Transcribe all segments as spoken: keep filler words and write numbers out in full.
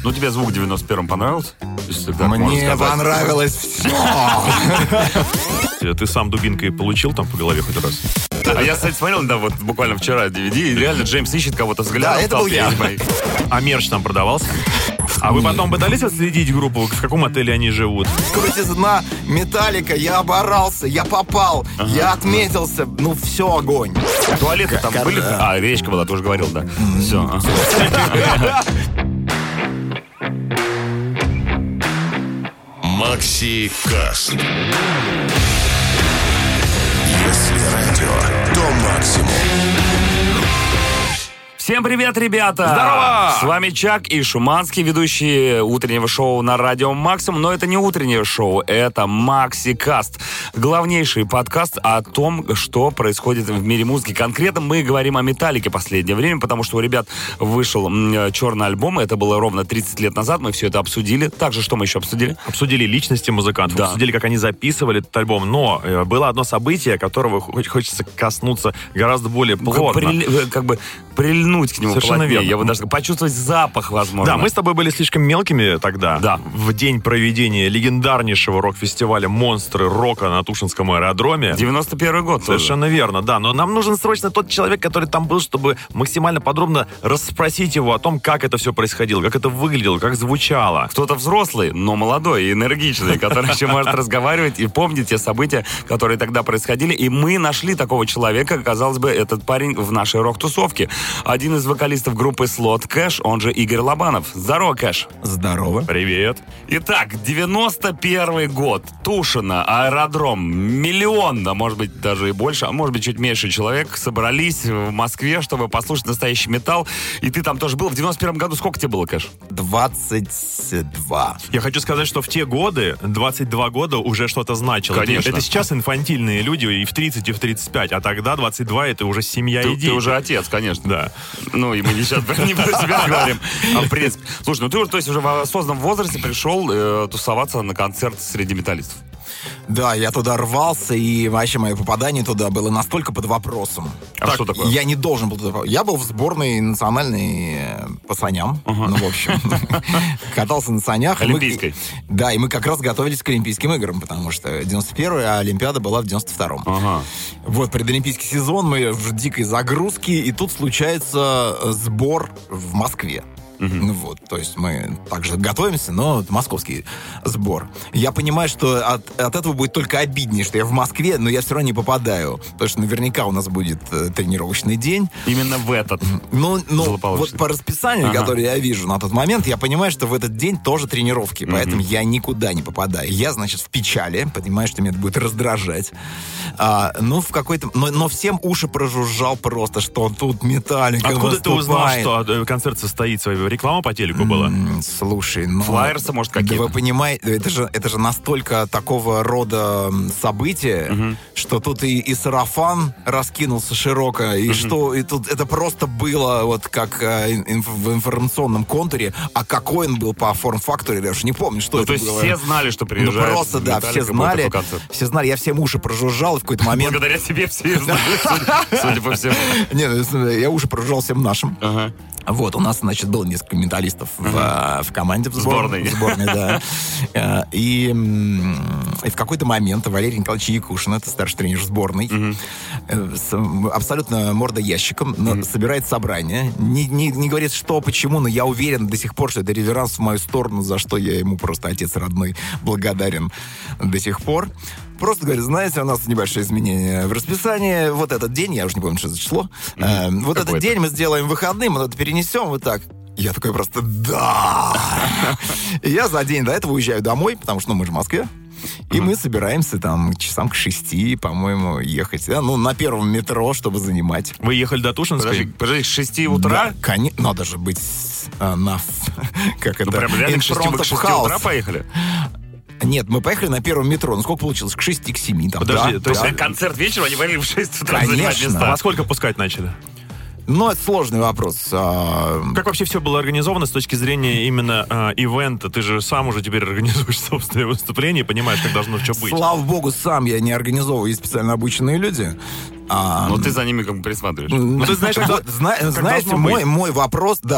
Ну, тебе звук в девяносто первом понравился? Мне понравилось все. Ты сам дубинкой получил там по голове хоть раз? А я, кстати, смотрел, да, вот буквально вчера ди ви ди, и реально Джеймс ищет кого-то взглядом. Да, это был я. А мерч там продавался? А вы потом пытались отследить группу, в каком отеле они живут? Крутизна, Металлика, я оборался, я попал, ага. я отметился, ну все, огонь. Туалеты там К- были? да. А, речка была, ты уже говорил, да. Mm-hmm. Все. Макси Каст. Если радио, то максимум. Всем привет, ребята! Здорово! С вами Чак и Шуманский, ведущие утреннего шоу на радио Максимум. Но это не утреннее шоу, это Макси Каст. Главнейший подкаст о том, что происходит в мире музыки. Конкретно мы говорим о Металлике в последнее время, потому что у ребят вышел черный альбом. Это было ровно тридцать лет назад. Мы все это обсудили. Также, что мы еще обсудили? Обсудили личности музыкантов, да. обсудили, как они записывали этот альбом. Но э, было одно событие, которого хочется коснуться гораздо более плотно. Приль, как бы прильнуть к нему Совершенно плотнее. верно. Я бы даже сказал, почувствовать запах, возможно. Да, мы с тобой были слишком мелкими тогда. Да. В день проведения легендарнейшего рок-фестиваля «Монстры рока» на Тушинском аэродроме. девяносто первый год. Совершенно тоже. верно, да. Но нам нужен срочно тот человек, который там был, чтобы максимально подробно расспросить его о том, как это все происходило, как это выглядело, как звучало. Кто-то взрослый, но молодой и энергичный, который еще может разговаривать и помнить те события, которые тогда происходили. И мы нашли такого человека. Казалось бы, этот парень в нашей рок-тусовке. Один из вокалистов группы Slot Cash, он же Игорь Лобанов. Здорово, Кэш. Здорово. Привет. Итак, девяносто первый год. Тушино, аэродром. Миллион, да, может быть, даже и больше, а может быть, чуть меньше человек собрались в Москве, чтобы послушать настоящий металл. И ты там тоже был. В девяносто первом году сколько тебе было, Кэш? двадцать два. Я хочу сказать, что в те годы, двадцать два года, уже что-то значило. Конечно. Это сейчас инфантильные люди и в тридцать, и в тридцать пять, а тогда двадцать два это уже семья Ты, и дети. ты уже отец, конечно. Да. Ну, и мы не сейчас не про себя говорим, а в принципе. Слушай, ну ты уже, то есть, уже в осознанном возрасте пришел э, тусоваться на концерт среди металлистов. Да, я туда рвался, и вообще мое попадание туда было настолько под вопросом. А так, что такое? Я не должен был туда... Я был в сборной национальной э, по саням. Uh-huh. Ну, в общем, катался на санях. Олимпийской. Да, и мы как раз готовились к Олимпийским играм, потому что девяносто первый, а Олимпиада была в девяносто втором. Ага. Вот, предолимпийский сезон, мы в дикой загрузке, и тут случается сбор в Москве. Uh-huh. Ну вот, то есть мы также готовимся, но это московский сбор. Я понимаю, что от, от этого будет только обиднее, что я в Москве, но я все равно не попадаю, потому что наверняка у нас будет э, тренировочный день. Именно в этот. Ну, ну вот по расписанию, ага. которое я вижу на тот момент, я понимаю, что в этот день тоже тренировки, uh-huh. поэтому я никуда не попадаю. Я, значит, в печали, понимаю, что меня это будет раздражать. А, ну, в какой-то... Но, но всем уши прожужжал просто, что тут Металлика Откуда выступает. ты узнал, что концерт состоится? Реклама по телеку была? Mm, слушай, ну... Флайерсы, может, какие-то? Да вы понимаете, это же, это же настолько такого рода события, uh-huh. что тут и, и сарафан раскинулся широко, и uh-huh. что и тут это просто было вот как э, инф, в информационном контуре, а какой он был по форм-фактору, я уже не помню, что ну, это то есть было. все знали, что приезжает. Ну, просто, да, все знали, все знали, я всем уши прожужжал, и в какой-то момент... Благодаря тебе все знали, судя по всему. Нет, я уши прожужжал всем нашим. Вот, у нас, значит, было несколько металлистов uh-huh. в, в команде в сборной. В сборной, да. И, и в какой-то момент Валерий Николаевич Якушин, это старший тренер сборной, uh-huh. с, абсолютно морда ящиком, uh-huh. собирает собрание. Не, не, не говорит, что, почему, но я уверен до сих пор, что это реверанс в мою сторону, за что я ему просто отец родной благодарен до сих пор. Просто говорит, знаете, у нас небольшое изменение в расписании. Вот этот день, я уже не помню, что за число. Mm-hmm. Э, вот Какой этот это? день мы сделаем выходным, мы это перенесем вот так. Я такой просто, да! И я за день до этого уезжаю домой, потому что ну, мы же в Москве. И uh-huh. мы собираемся там часам к шести, по-моему, ехать. Да? Ну, на первом метро, чтобы занимать. Вы ехали до Тушинской? Подожди, подожди, с шести утра? Да, конечно. Надо же быть а, на... Как ну, это? Прям реально к шести утра поехали? Нет, мы поехали на первом метро. Ну, сколько получилось? К шести, к семи. Там, Подожди, да, то есть да. концерт вечером, они поехали в шесть утра Конечно. занимать места? А во сколько пускать начали? Ну, это сложный вопрос. А... Как вообще все было организовано с точки зрения именно а, ивента? Ты же сам уже теперь организуешь собственное выступление, понимаешь, как должно что быть. Слава богу, сам я не организовываю, есть специально обученные люди. А... Но ты за ними как бы присматриваешь. Ну, ты знаешь, как, зна- знаете, мой, мой вопрос, да.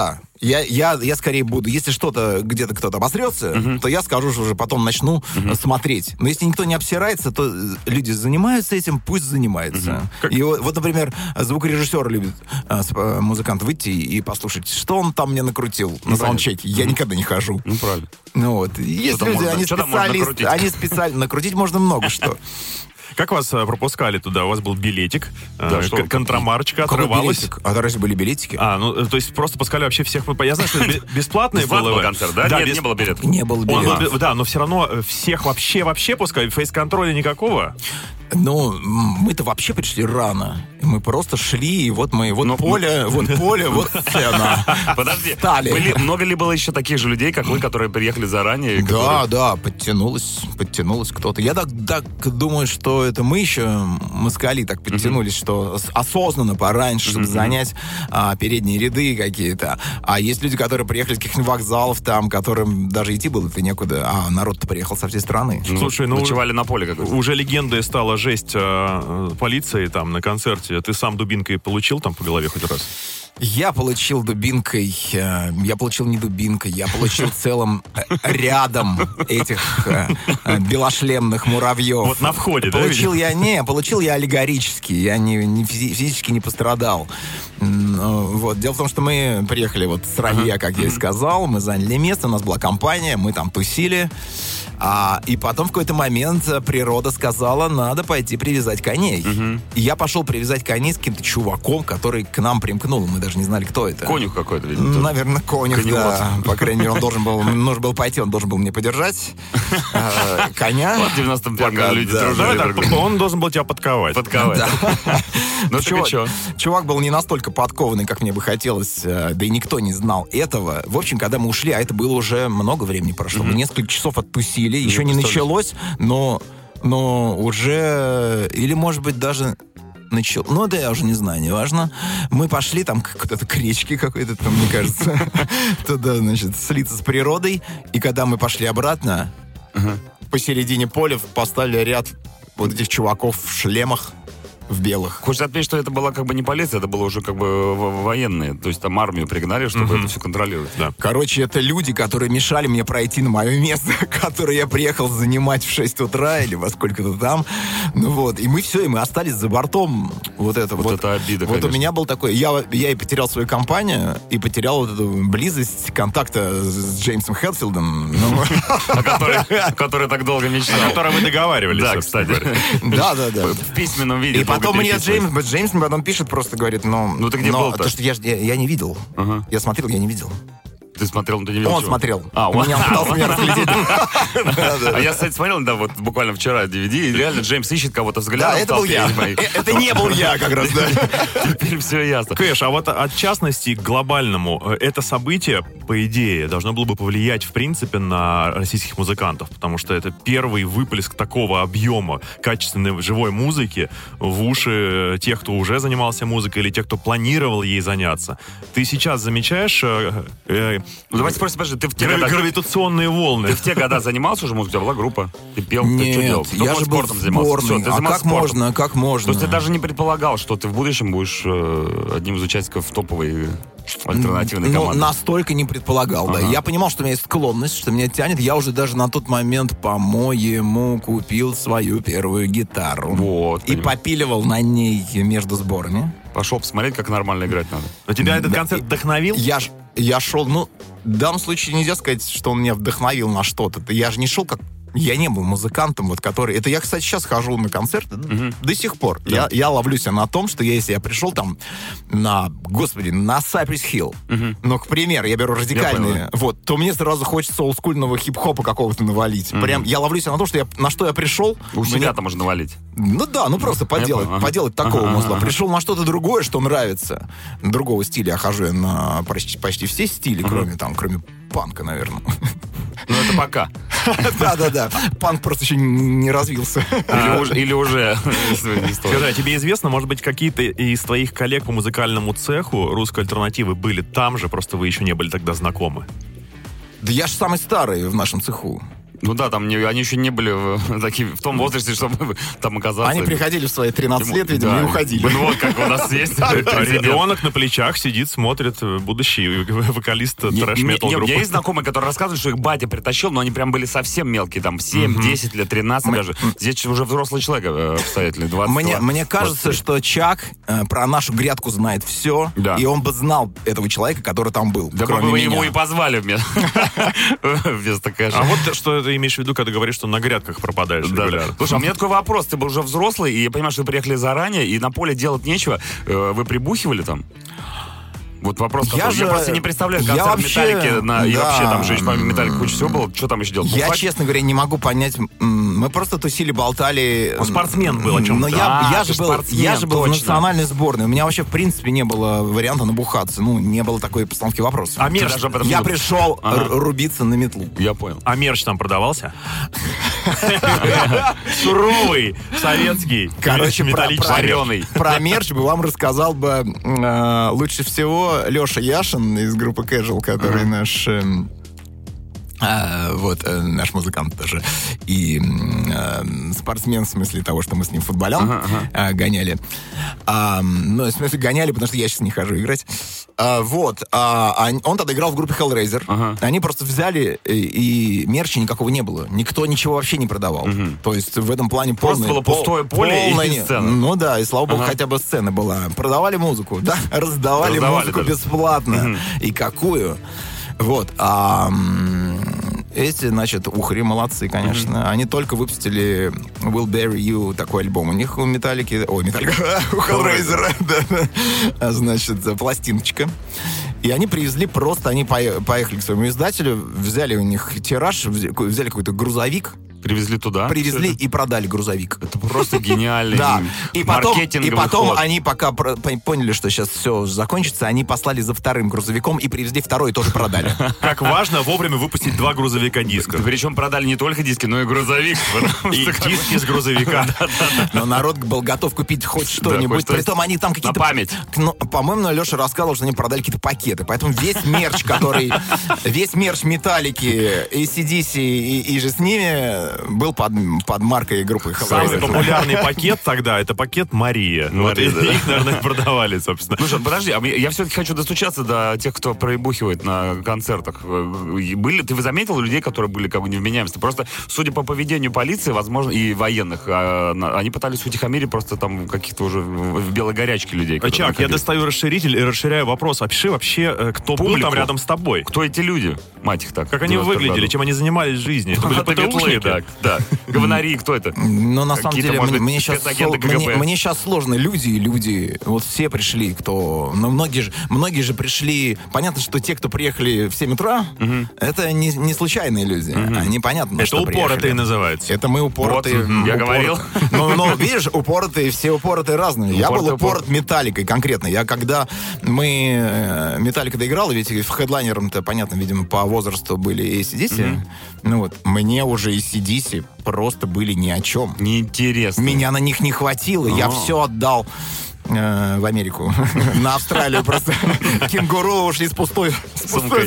Я, я, я скорее буду, если что-то, где-то кто-то обосрется, uh-huh. то я скажу, что уже потом начну uh-huh. смотреть. Но если никто не обсирается, то люди занимаются этим, пусть занимаются. Uh-huh. Как... И вот, вот, например, звукорежиссер любит а, музыкант выйти и послушать, что он там мне накрутил ну, на саундчеке. Я uh-huh. никогда не хожу. Ну, правильно. Ну, вот. Есть люди, можно, они специалисты, они специально... Накрутить можно много что. Как вас а, пропускали туда? У вас был билетик, да, а, что, к- контрамарочка отрывалась. А то разве были билетики? А, ну, то есть просто пускали вообще всех... Я знаю, что бесплатный был концерт, да? Нет, не было билетов. Не было билетов. Да, но все равно всех вообще-вообще пускали, фейс-контроля никакого. Ну, мы-то вообще пришли рано. Мы просто шли, и вот мы, вот но, поле, ну... вот поле, вот сцена. Подожди, были, много ли было еще таких же людей, как вы, которые приехали заранее? Да, которые... да, подтянулось, подтянулось кто-то. Я так, так думаю, что это мы еще, москали, так подтянулись, uh-huh. что осознанно пораньше, чтобы uh-huh. занять а, передние ряды какие-то. А есть люди, которые приехали с каких-нибудь вокзалов, там, которым даже идти было-то некуда, а народ-то приехал со всей страны. Ну, слушай, ну... Ночевали на поле какой-то. Уже легендой стала жесть э, полиции там на концерте. Ты сам дубинкой получил там по голове хоть раз? Я получил дубинкой, э, я получил не дубинкой, я получил целым рядом этих э, белошлемных муравьев. Вот на входе, получил да? Получил я, не, получил я аллегорически, я не, не физи- физически не пострадал. Вот. Дело в том, что мы приехали вот с Равья, как я и сказал, мы заняли место, у нас была компания, мы там тусили. А, и потом в какой-то момент природа сказала, надо пойти привязать коней. Uh-huh. И я пошел привязать коней с каким-то чуваком, который к нам примкнул. Мы даже не знали, кто это. Конюх какой-то, видимо. Наверное, конюх, коневод. Да. По крайней мере, он должен был, нужно было пойти, он должен был мне подержать коня. Вот в девяносто пятом году люди дружили. Он должен был тебя подковать. Подковать. Ну что? Чувак был не настолько подкованный, как мне бы хотелось, да и никто не знал этого. В общем, когда мы ушли, а это было уже много времени прошло, мы несколько часов оттусили. Еще не началось, но, но уже... Или, может быть, даже начал... Ну, да, я уже не знаю, неважно. Мы пошли там куда-то к речке какой-то, там, мне кажется, туда, значит, слиться с природой. И когда мы пошли обратно, посередине поля поставили ряд вот этих чуваков в шлемах, в белых. Хочется отметить, что это была как бы не полиция, это было уже как бы военные. То есть там армию пригнали, чтобы mm-hmm. это все контролировать. Да. Короче, это люди, которые мешали мне пройти на мое место, которое я приехал занимать в шесть утра или во сколько-то там. Ну вот. И мы все, и мы остались за бортом. Вот это вот. Вот это обида, Вот конечно. У меня был такой... Я, я и потерял свою компанию, и потерял вот эту близость контакта с Джеймсом Хэтфилдом. Который так долго мечтал. О котором мы договаривались. Да, кстати. Да, да, да. В письменном виде. И потом мне Джеймс, Джеймс мне потом пишет, просто говорит, ну... Ну ты где был-то? То, что я, я, я не видел. Ага. Я смотрел, я не видел. Ты смотрел, но ты не видел? Он чего? смотрел. А, он меня пытался меня разглядеть. А я, кстати, смотрел, да, вот буквально вчера ди ви ди, и реально Джеймс ищет кого-то взглядом. Да, это был я. Это не был я, как раз, да. Теперь все ясно. Кэш, а вот от частности к глобальному, это событие, по идее, должно было бы повлиять, в принципе, на российских музыкантов, потому что это первый выплеск такого объема качественной живой музыки в уши тех, кто уже занимался музыкой, или тех, кто планировал ей заняться. Ты сейчас замечаешь... Э, Ну, давайте спросим, подожди, ты в те Гра- года... Гравитационные волны. Ты в те года занимался уже музыкой? У тебя была группа? Ты пел? Нет, ты что делал? я Только же был спортом в занимался. сборной. Все, ты а занимался как спортом. можно, как можно? То есть ты даже не предполагал, что ты в будущем будешь э, одним из участников топовой альтернативной ну, команды? Настолько не предполагал, ага. да. Я понимал, что у меня есть склонность, что меня тянет. Я уже даже на тот момент, по-моему, купил свою первую гитару. Вот. И понимаю. попиливал на ней между сборами. Пошел посмотреть, как нормально играть надо. Но тебя этот Да, концерт вдохновил? Я, ж, я шел, ну, в данном случае нельзя сказать, что он меня вдохновил на что-то. Я же не шел как... Я не был музыкантом, вот, который... Это я, кстати, сейчас хожу на концерты mm-hmm. до сих пор. Yeah. Я, я ловлю себя на том, что если я пришел там на, господи, на Cypress Hill, mm-hmm. ну, к примеру, я беру радикальные, я вот, то мне сразу хочется олдскульного хип-хопа какого-то навалить. Mm-hmm. Прям я ловлю себя на том, что я, на что я пришел... У мне... себя-то можно навалить. Ну да, ну просто поделать, ага. поделать такого ага, музла. ага. Пришел на что-то другое, что нравится. Другого стиля я хожу я на почти, почти все стили, ага. кроме там, кроме панка, наверное. Ну, это пока. Да-да-да. Панк просто еще не развился. Или уже. Скажи, а тебе известно, может быть, какие-то из твоих коллег по музыкальному цеху русской альтернативы были там же, просто вы еще не были тогда знакомы? Да я же самый старый в нашем цеху. Ну да, там не, они еще не были в, такие, в том возрасте, чтобы там оказаться. Они приходили в свои тринадцать лет, видимо, да, и уходили. Ну вот как у нас есть. Ребенок на плечах сидит, смотрит, будущий вокалист трэш-метал группы. У меня есть знакомые, которые рассказывают, что их батя притащил, но они прям были совсем мелкие, там семь, десять лет, тринадцать даже. Здесь уже взрослый человек обстоятельный, двадцать. Мне, мне кажется, что Чак э, про нашу грядку знает все, да. И он бы знал этого человека, который там был. Да мы бы его и позвали вместо Кэша. А вот что ты имеешь в виду, когда говоришь, что на грядках пропадаешь регулярно? Слушай, а у меня такой вопрос. Ты был уже взрослый, и я понимаю, что вы приехали заранее, и на поле делать нечего. Вы прибухивали там? Вот вопрос, я, же, я просто не представляю концерт вообще, Металлики на, да, и вообще там же помимо Металлики куча всего было. Что там еще делать? Я, Бухать? Честно говоря, не могу понять. Мы просто тусили, болтали. Он спортсмен был о чем-то. Но я, а, я, же был, я же был в национальной сборной. У меня вообще, в принципе, не было варианта набухаться. Ну, не было такой постановки вопроса. А мерч? Я пришел ага. рубиться на метлу. Я понял. А мерч там продавался? Суровый, советский, короче, металлический. Про мерч бы вам рассказал бы лучше всего Леша Яшин из группы Casual, который uh-huh. наш... Э, э, вот, э, наш музыкант тоже. И э, спортсмен в смысле того, что мы с ним футболем uh-huh, uh-huh. Э, гоняли. А, ну, в смысле гоняли, потому что я сейчас не хожу играть. А, вот. А, он тогда играл в группе Hellraiser. Uh-huh. Они просто взяли, и, и мерча никакого не было. Никто ничего вообще не продавал. Uh-huh. То есть в этом плане полное... Просто было пустое поле полное, и сцена. Ну да, и слава богу, uh-huh. хотя бы сцена была. Продавали музыку, да? Раздавали, Раздавали музыку даже. Бесплатно. Uh-huh. И какую? Вот. А... Эти, значит, ухари молодцы, конечно. Mm-hmm. Они только выпустили Will Bury You, такой альбом. У них у Металлики... Ой, Металлика, у Hellraiser, да. Значит, пластиночка. И они привезли просто, они поехали к своему издателю, взяли у них тираж, взяли какой-то грузовик. Привезли туда? Привезли и продали грузовик. Это просто гениальный да. И потом, и потом ход. Они пока про- поняли, что сейчас все закончится, они послали за вторым грузовиком и привезли второй и тоже продали. Как важно вовремя выпустить два грузовика диска. Причем продали не только диски, но и грузовик. И диски с грузовика. Но народ был готов купить хоть что-нибудь. Притом они там какие-то... На память. По-моему, Леша рассказывал, что они продали какие-то пакеты. Поэтому весь мерч, который... Весь мерч Металлики, эй си ди си и же с ними... был под, под маркой группы Hellraiser. Самый популярный пакет тогда, это пакет Мария. Мария, вот, да. Их, наверное, продавали, собственно. Слушай, подожди, а я все-таки хочу достучаться до тех, кто проебухивает на концертах. Были, ты заметил людей, которые были как бы невменяемости? Просто, судя по поведению полиции, возможно, и военных, они пытались утихомирить просто там каких-то уже в белой горячке людей. Чак, я достаю расширитель и расширяю вопрос. Опиши вообще, кто Публику. Был там рядом с тобой. Кто эти люди, мать их так? Как они выглядели, чем они занимались в жизни? Это были ПТУшники? Так, да. Говнари, кто это? Ну, на самом деле, мне, мне, сейчас сло, мне, мне сейчас сложно. Люди и люди, вот все пришли, кто... Но многие же, многие же пришли... Понятно, что те, кто приехали в семь утра, угу. это не, не случайные люди. Угу. Они понятно, это что упоротые приехали. Называется. Это мы упоротые. Вот, я упорот. говорил. Но, но, видишь, упоротые, все упоротые разные. Я был упорот Металликой конкретно. Я когда мы... Металлика доиграла, ведь в хедлайнером-то, понятно, видимо, по возрасту были эй си ди си. Угу. Ну вот, мне уже эй си ди си просто были ни о чем. Неинтересно. Меня на них не хватило. А-а-а. Я все отдал э, в Америку. На Австралию просто. Кенгуру ушли с пустой сумкой.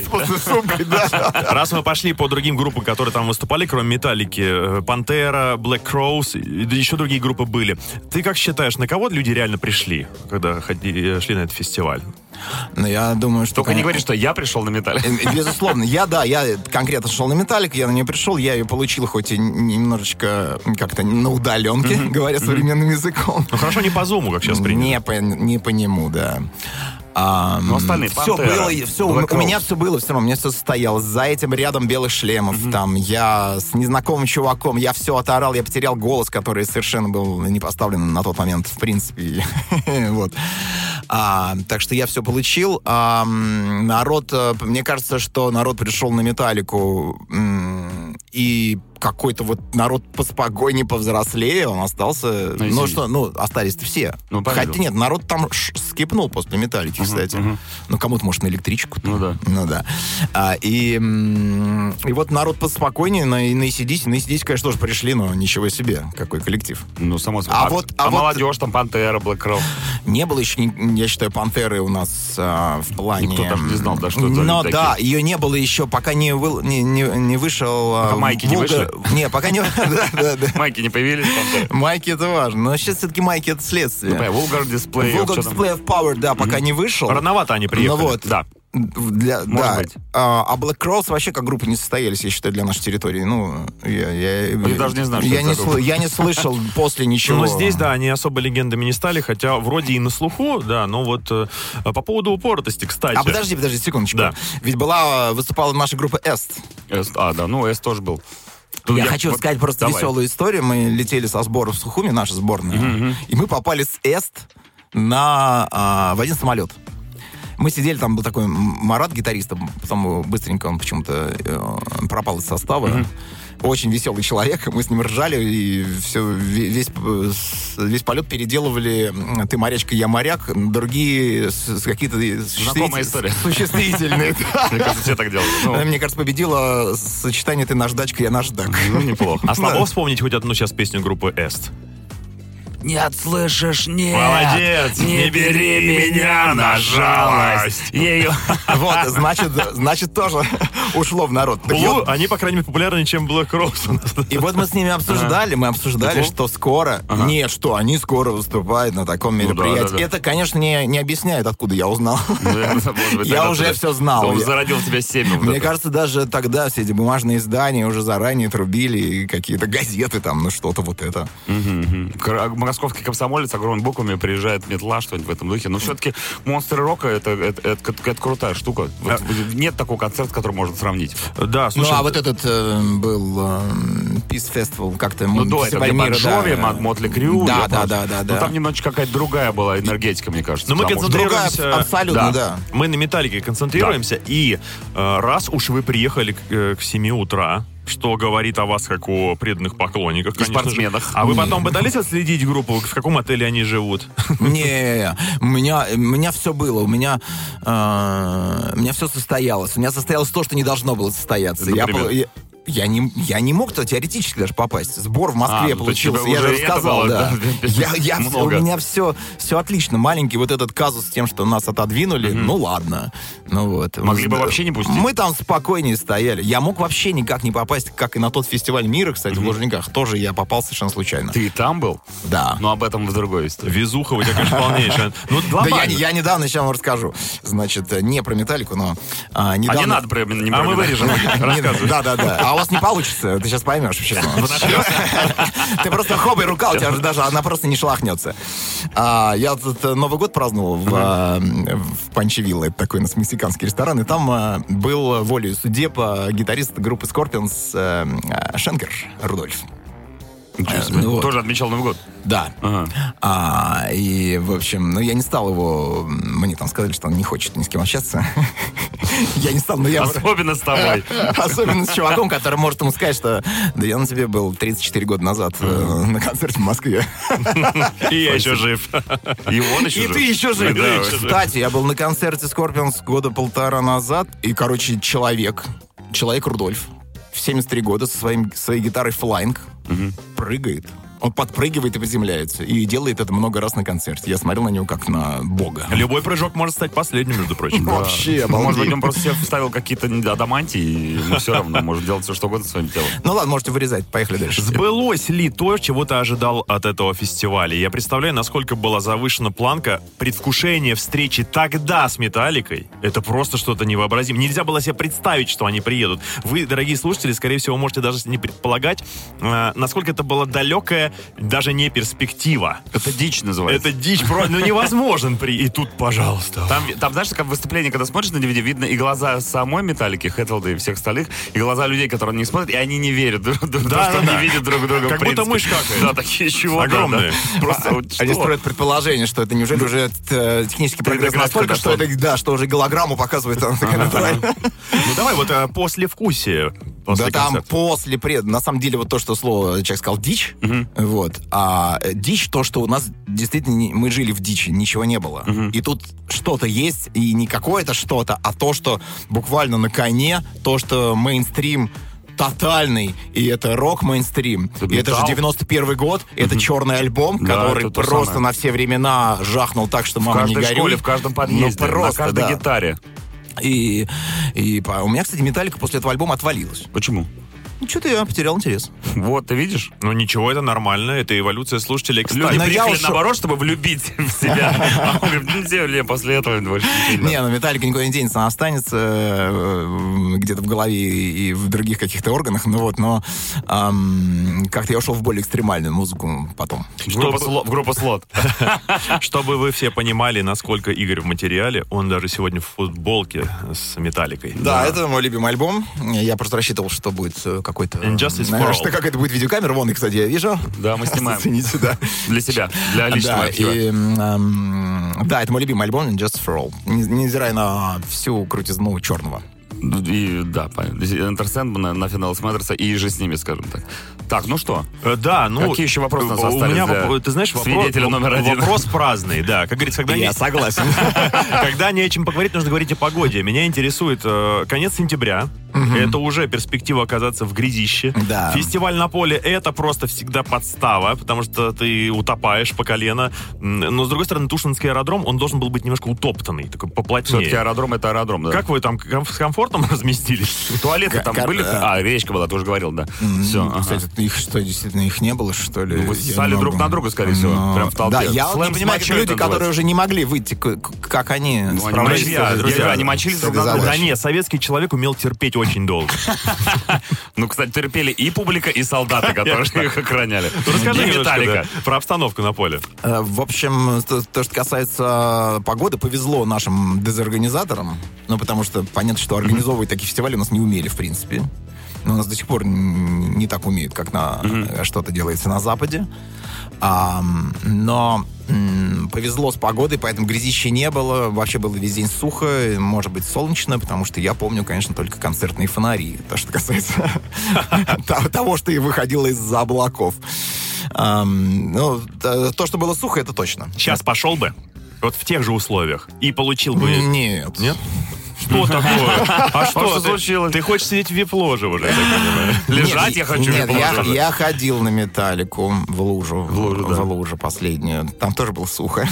Раз мы пошли по другим группам, которые там выступали, кроме Металлики, Пантера, Black Crowes, еще другие группы были. Ты как считаешь, на кого люди реально пришли, когда ходили, шли на этот фестиваль? Ну, я думаю, что... Только не говори, что я пришел на Металлик. Безусловно. Я, да, я конкретно шел на Металлик, я на нее пришел, я ее получил хоть и немножечко как-то на удаленке, mm-hmm. говоря mm-hmm. современным языком. Ну, хорошо, не по зуму, как сейчас принято. Не по, не по нему, да. А, Но остальные, все Пантера, было, все, у, у меня все было, все равно, у меня все состоялось. За этим рядом белых шлемов, mm-hmm. там, я с незнакомым чуваком, я все оторал, я потерял голос, который совершенно был не поставлен на тот момент, в принципе. Вот. А, так что я все получил. А, народ, мне кажется, что народ пришел на Металлику, и какой-то вот народ поспокойнее, повзрослее, он остался... Ну, ну что, ну, остались-то все. Ну, хотя нет, народ там скипнул после Металлики, uh-huh, кстати. Uh-huh. Ну, кому-то, может, на электричку. Ну, да. Ну, да. А, и, и вот народ поспокойнее, на, на эй си ди си. На эй си ди си, конечно, тоже пришли, но ничего себе, какой коллектив. Ну, само собой. А, а, вот, а, а вот... молодежь, там, Пантера, Black Crow. Не было еще, я считаю, Пантеры у нас а, в плане... Никто даже не знал, да, что это Но такие. Да, ее не было еще, пока не, вы, не, не, не вышел... Пока майки не вышли? Не, пока не... Майки не появились? Майки это важно. Но сейчас все-таки майки это следствие. Vulgar Display. Vulgar Display of Power, да, пока не вышел. Рановато они приехали. Ну вот. Да. Для, Может да. быть. А, а Black Crowes вообще как группа не состоялись, я считаю, для нашей территории. Ну, я, я, я даже не знаю, что я это не за группа. сл- Я не слышал после ничего. Но здесь, да, они особо легендами не стали, хотя вроде и на слуху, да, но вот э, по поводу упоротости, кстати. А подожди, подожди, секундочку. Да. Ведь была, выступала наша группа Est. Эст, а, да, ну, Эс тоже был. Тут Я, я хочу вот, сказать просто давай. веселую историю. Мы летели со сбора в Сухуми, наша сборная, Mm-hmm. и мы попали с Est на, а, в один самолет. Мы сидели, там был такой Марат, гитарист, потом быстренько он почему-то э, пропал из состава. Mm-hmm. Очень веселый человек, мы с ним ржали, и все, весь, весь полет переделывали «Ты морячка, я моряк», другие с, с какие-то Знакомая история. Существительные. Мне кажется, все так делают. Ну, Мне кажется, победило сочетание «Ты наждачка, я наждак». ну, неплохо. А слабо вспомнить хоть одну сейчас песню группы Est? Нет, слышишь, нет. Молодец, Не бери меня на жалость. Ею. Вот, значит, значит, тоже ушло в народ. Так Blue, вот, они, по крайней мере, популярнее, чем Black Crowes. и вот мы с ними обсуждали, мы обсуждали, Ага. что скоро, Ага. нет, что они скоро выступают на таком Ну да, мероприятии. да, да. Это, конечно, не, не объясняет, откуда я узнал. Я Я уже все знал. Он Я- зародил в тебя семя. вот Мне это. кажется, даже тогда все эти бумажные издания уже заранее трубили, и какие-то газеты там, ну что-то вот это. Мгм, мгм. Кра- Московский комсомолец огромными буквами приезжает метла, что-нибудь в этом духе. Но все-таки монстры рока это, это, это, это, это крутая штука. Вот нет такого концерта, который можно сравнить. Да, Ну, слушай, а вот этот э, был э, Peace Festival, как-то Ну, до этого, где Бон Бон Джови, Мотли Крю. Да, я да, помню. да, да, Ну, да. там немножечко какая-то другая была энергетика, мне кажется. Но мы потому что- Другая, концентрируемся... абсолютно, Да. да. Мы на металлике концентрируемся, и э, раз уж вы приехали к, э, к семи утра, что говорит о вас как о преданных поклонниках, И конечно же. спортсменах. А вы Не. потом пытались отследить группу, в каком отеле они живут? Не, у меня, у меня все было, у меня, э, у меня все состоялось. У меня состоялось то, что не должно было состояться. Я, Например? пол- я, я не, я не мог туда теоретически даже попасть. Сбор в Москве А, ну, то есть получился, тебя я уже же и это рассказал, было, да. да, Я, я, всё- много. у меня все, все отлично. Маленький вот этот казус с тем, что нас отодвинули, ну ладно. Ну, вот. Могли бы вообще не пустить. Мы там спокойнее стояли. Я мог вообще никак не попасть, как и на тот фестиваль мира, кстати, в Лужниках. Тоже я попал совершенно случайно. Ты и там был? Да. Но об этом в другой истории. Везуха у тебя, конечно, полнейшая. Ну, Да я, глобально. не- я недавно сейчас вам расскажу. Значит, не про Металлику, но а, недавно... А не надо про не А про мы меня. вырежем. Рассказывай. Да, да, да. А у вас не получится, ты сейчас поймешь. честно. Ты просто хоба и рука, у тебя же даже она просто не шелохнется. А, Я тут э, Новый год праздновал в, а, в Панчевилла, это такой у нас мексиканский ресторан, и там а, был волею судеб а, гитарист группы Scorpions а, а, Шенкер Рудольф. Ничего себе. Ну вот. Тоже отмечал Новый год. Да. Ага. А, и, в общем, ну, я не стал его... Мне там сказали, что он не хочет ни с кем общаться. Я не стал, но я... Особенно с тобой. Особенно с чуваком, который может ему сказать, что да я на тебе был тридцать четыре года назад э, на концерте в Москве. И я еще жив. И он еще И жив. ты еще жив. Да, еще жив. Кстати, я был на концерте Scorpions года полтора назад, и, короче, человек, человек Рудольф, в семьдесят три года со своим, своей гитарой Flying прыгает. Он подпрыгивает и приземляется. И делает это много раз на концерте. Я смотрел на него как на бога. Любой прыжок может стать последним, между прочим. Вообще, Ну, может быть, обалдеть. он просто себе вставил какие-то адамантии, и ему все равно может делать все, что угодно своим телом. Ну ладно, можете вырезать. Поехали дальше. Сбылось ли то, чего ты ожидал от этого фестиваля? Я представляю, насколько была завышена планка. Предвкушение встречи тогда с Металликой. Это просто что-то невообразимое. Нельзя было себе представить, что они приедут. Вы, дорогие слушатели, скорее всего, можете даже не предполагать, э, насколько это была далекая, даже не перспектива. Это дичь называется. Это дичь, про- ну невозможен при... И тут, пожалуйста. Там, там, знаешь, как выступление, когда смотришь на ди ви ди, видно и глаза самой Металлики, Хэтфилда и всех остальных, и глаза людей, которые не смотрят, и они не верят друг другу, Да, что да, да. они видят друг друга. Как в будто принципе. мышь какает. Да, такие чего. Огромные. Просто вот Они что? строят предположение, что это неужели уже э, технический прогресс графика настолько, что дошла. это, да, что уже голограмму показывает. Она такая натуральная. Ну давай вот э, послевкусие. После Да там концерта. после пред... На самом деле вот то, что слово человек сказал дичь, вот. А э, дичь то, что у нас действительно не- мы жили в дичи, ничего не было. И тут что-то есть, и не какое-то что-то, а то, что буквально на коне, то, что мейнстрим тотальный, и это рок-мейнстрим. Это И это же металл. девяносто первый год, это черный альбом, Да, который это то просто самое. на все времена жахнул так, что В мама не каждой горюй. школе, в каждом подъезде, Ну, просто, на каждой да. гитаре. И, и по- у меня, кстати, Металлика после этого альбома отвалилась. Почему? Ну, что-то я потерял интерес. Вот, ты видишь? Ну ничего, это нормально, это эволюция слушателей. Кстати, Люди Но я приехали ушел. наоборот, чтобы влюбить в себя. А он говорит, ну, где после этого больше не сильно. Не, ну Металлика никуда не денется, она останется э, где-то в голове и, и в других каких-то органах, ну вот, но эм, как-то я ушел в более экстремальную музыку потом. В группу сло- в группу слот. Чтобы вы все понимали, насколько Игорь в материале, он даже сегодня в футболке с Металликой. Да, это мой любимый альбом. Я просто рассчитывал, что будет э, какой-то... Injustice наверное, for All. что какая-то будет видеокамера. Вон, и, кстати, я вижу. Да, мы снимаем. Оцените, да. Для себя, для личного Да, архива. и, эм, да, это мой любимый альбом Injustice for All. Не- Невзирая на всю крутизну черного. И, да, понятно. Enter Sandman, на финал Matters и же с ними, скажем так. Так, ну что? Э, Да, ну... Какие еще вопросы нас у остались меня, для воп- ты знаешь, вопрос, свидетеля номер один? вопрос праздный, да. Как говорится, когда, Я не, согласен. когда не о чем поговорить, нужно говорить о погоде. Меня интересует э, конец сентября. Это уже перспектива оказаться в грязище. Да. Фестиваль на поле — это просто всегда подстава, потому что ты утопаешь по колено. М, Но, с другой стороны, Тушинский аэродром, он должен был быть немножко утоптанный, такой поплотнее. Все-таки аэродром — это аэродром, да. Как вы там ком- с комфортом разместились? Туалеты там Кар- были? а. А, речка была, ты уже говорил, да. Все, Кстати, их что, действительно, их не было, что ли? Ну, вы Я ссали не друг могу. на друга, скорее всего, Но- прям в толпе. Да, я Слэм не понимаю, с как мочой люди, это которые называется. уже не могли выйти, к- к- как они Ну, они справлялись мочились, с- друзья, с- они мочились с друг этой на друга. Да задачей. не, советский человек умел терпеть очень долго. Ну, кстати, терпели и публика, и солдаты, которые их охраняли. Ну, Расскажи И немножко, Металлика. да, про обстановку на поле. Э, В общем, то, то, что касается погоды, повезло нашим дезорганизаторам, ну, потому что понятно, что организовывать такие фестивали у нас не умели, в принципе. Но у нас до сих пор н- не так умеют, как на э, что-то делается на Западе. А, но м, повезло с погодой, поэтому грязища не было. Вообще было весь день сухо, может быть, солнечно, потому что я помню, конечно, только концертные фонари. То, что касается то- того, что и выходило из-за облаков. Ам, Ну, т- то, что было сухо, это точно. Сейчас пошел бы, вот в тех же условиях, и получил бы... Нет. Нет? Что такое? А что что ты- случилось? Ты хочешь сидеть в вип-ложе уже, я так понимаю. Лежать Нет, я хочу. Нет, в я, луже. я ходил на Металлику в лужу. В лужу, да. в лужу последнюю. Там тоже было сухо.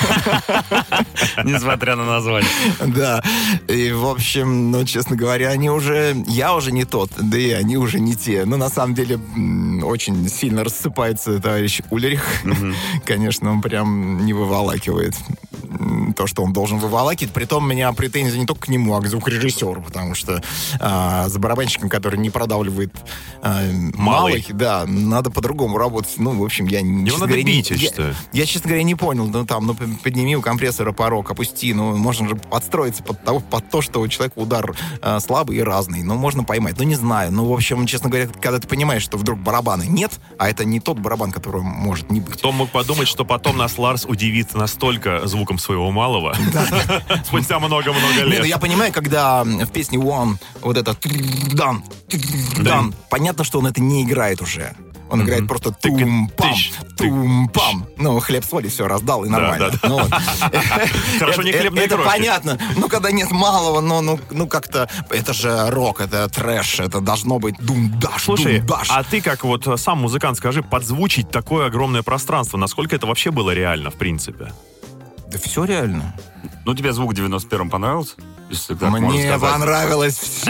Несмотря на название. Да. И, в общем, ну, честно говоря, они уже... Я уже не тот, да и они уже не те. Ну, на самом деле, м, очень сильно рассыпается товарищ Ульрих. Конечно, он прям не выволакивает м, то, что он должен выволакивать. Притом у меня претензии не только к нему, а к звукорежиссеру, потому что а, за барабанщиком, который не продавливает а, малых, да, надо по-другому работать. Ну, в общем, я, не- Его честно надо говоря, не- бить, я считаю. я, честно говоря, не понял. Ну, там, ну, подними у компрессора порог, опусти. Ну, можно же подстроиться под, того, под то, что у человека удар э, слабый и разный. Ну, можно поймать. Ну, не знаю. Ну, в общем, честно говоря, когда ты понимаешь, что вдруг барабана нет, а это не тот барабан, которого может не быть. Кто мог подумать, что потом нас Ларс удивит настолько звуком своего малого спустя много-много Не, ну, лет. я понимаю, когда в песне One вот это дан, дан, понятно, что он это не играет уже. Он играет просто тум-пам, тыщ, тум-пам. Ну, хлеб соли все раздал, и нормально. да, да. Ну, вот. Хорошо, не Это- хлебные Это крошки. понятно. Ну, когда нет малого, но ну, ну как-то... Это же рок, это трэш, это должно быть дум-даш, Слушай, дум-даш. а ты как вот э, сам музыкант, скажи, подзвучить такое огромное пространство, насколько это вообще было реально, в принципе? Да все реально. Ну, тебе звук в девяносто первом понравился? Если так можно Мне сказать. понравилось все.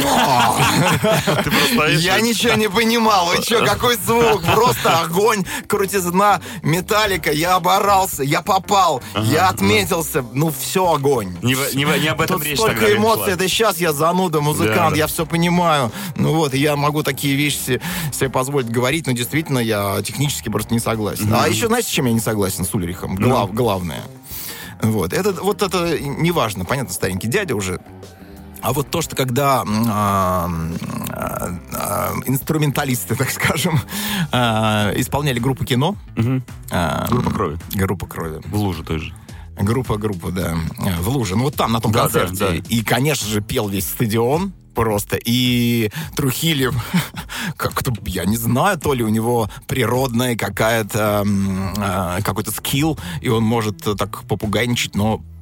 Ты просто стоишь Я и- ничего не понимал. Вы что, какой звук? Просто огонь, крутизна, металлика. Я оборался, я попал, я отметился. Ну, все огонь. Не, в- не, в- не об этом Тут речь столько тогда эмоций. шла. Это сейчас я зануда, музыкант, Да, да. я все понимаю. Ну вот, и я могу такие вещи се- себе позволить говорить, но действительно я технически просто не согласен. А еще знаете, с чем я не согласен с Ульрихом? Глав- Главное. Вот это, вот это неважно, понятно, старенький дядя уже. А вот то, что когда м, а, а, а, инструменталисты, так скажем, а, исполняли группу кино. а, Группа крови. Группа крови. В луже той же. Группа, группа, да. В Луже. Ну вот там, на том Да, концерте. да, да. И, конечно же, пел весь стадион просто. И Трухилев, как-то, я не знаю, то ли у него природная какая-то, м, а, какой-то скилл, и он может так попугайничать, но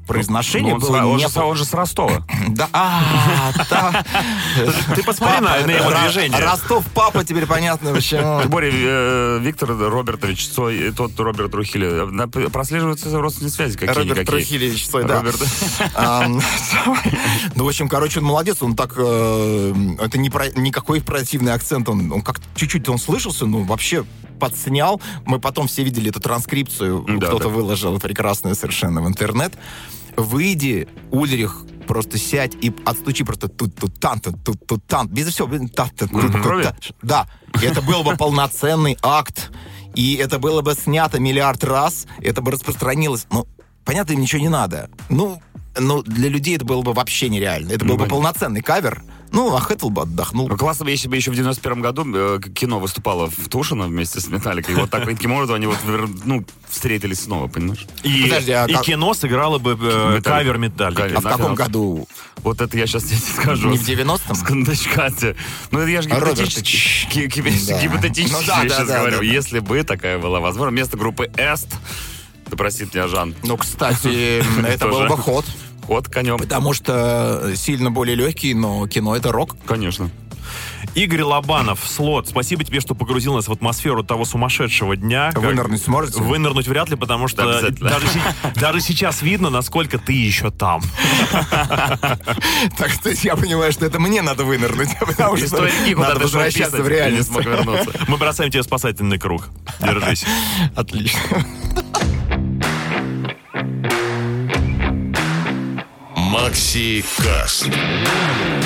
произношение он, было он, не... же, он же с Ростова. Да, а, да. Ты посмотри на его движение. Ростов, папа, теперь понятно, почему. Боря, Виктор Робертович Цой и тот Роберт Трухили. Прослеживаются родственные связи какие-никакие. Роберт Трухилевич Цой, да. Ну, в общем, короче, он молодец, он так... Это никакой противный акцент, он как чуть-чуть он слышался, ну, вообще подснял. Мы потом все видели эту транскрипцию, да, кто-то да. выложил прекрасную совершенно в интернет. Выйди, Ульрих, просто сядь и отстучи просто тут-тут-тан, тут-тут-тан. Без всего. Да. Это был бы полноценный акт, и это было бы снято миллиард раз, это бы распространилось. Ну, понятно, им ничего не надо. Ну, ну, для людей это было бы вообще нереально. Это был бы полноценный кавер. Ну, а Хэтл бы отдохнул. Ну, классно бы, если бы еще в девяносто первом году э, кино выступало в Тушино вместе с Металликой. И вот так, таким образом, они вот, ну, встретились снова, понимаешь? И, Подожди, а и как... кино сыграло бы э, кавер Металлики. А в каком году? Вот это я сейчас тебе скажу. Не в девяностом? С Кондачкати. Ну, это я же гипотетически, гипотетически ну, да, сейчас да, да, говорю. да, если бы такая была возможность. Вместо группы Эст, да простит меня Жан. Ну, кстати, это был бы ход. Ход конем. Потому что сильно более легкий, но кино — это рок. Конечно. Игорь Лобанов, Слот, спасибо тебе, что погрузил нас в атмосферу того сумасшедшего дня. Вынырнуть сможете? Вынырнуть вряд ли, потому что даже, даже сейчас видно, насколько ты еще там. Так что я понимаю, что это мне надо вынырнуть, потому что надо возвращаться в реальность. Мы бросаем тебе спасательный круг. Держись. Отлично. Макси Каст.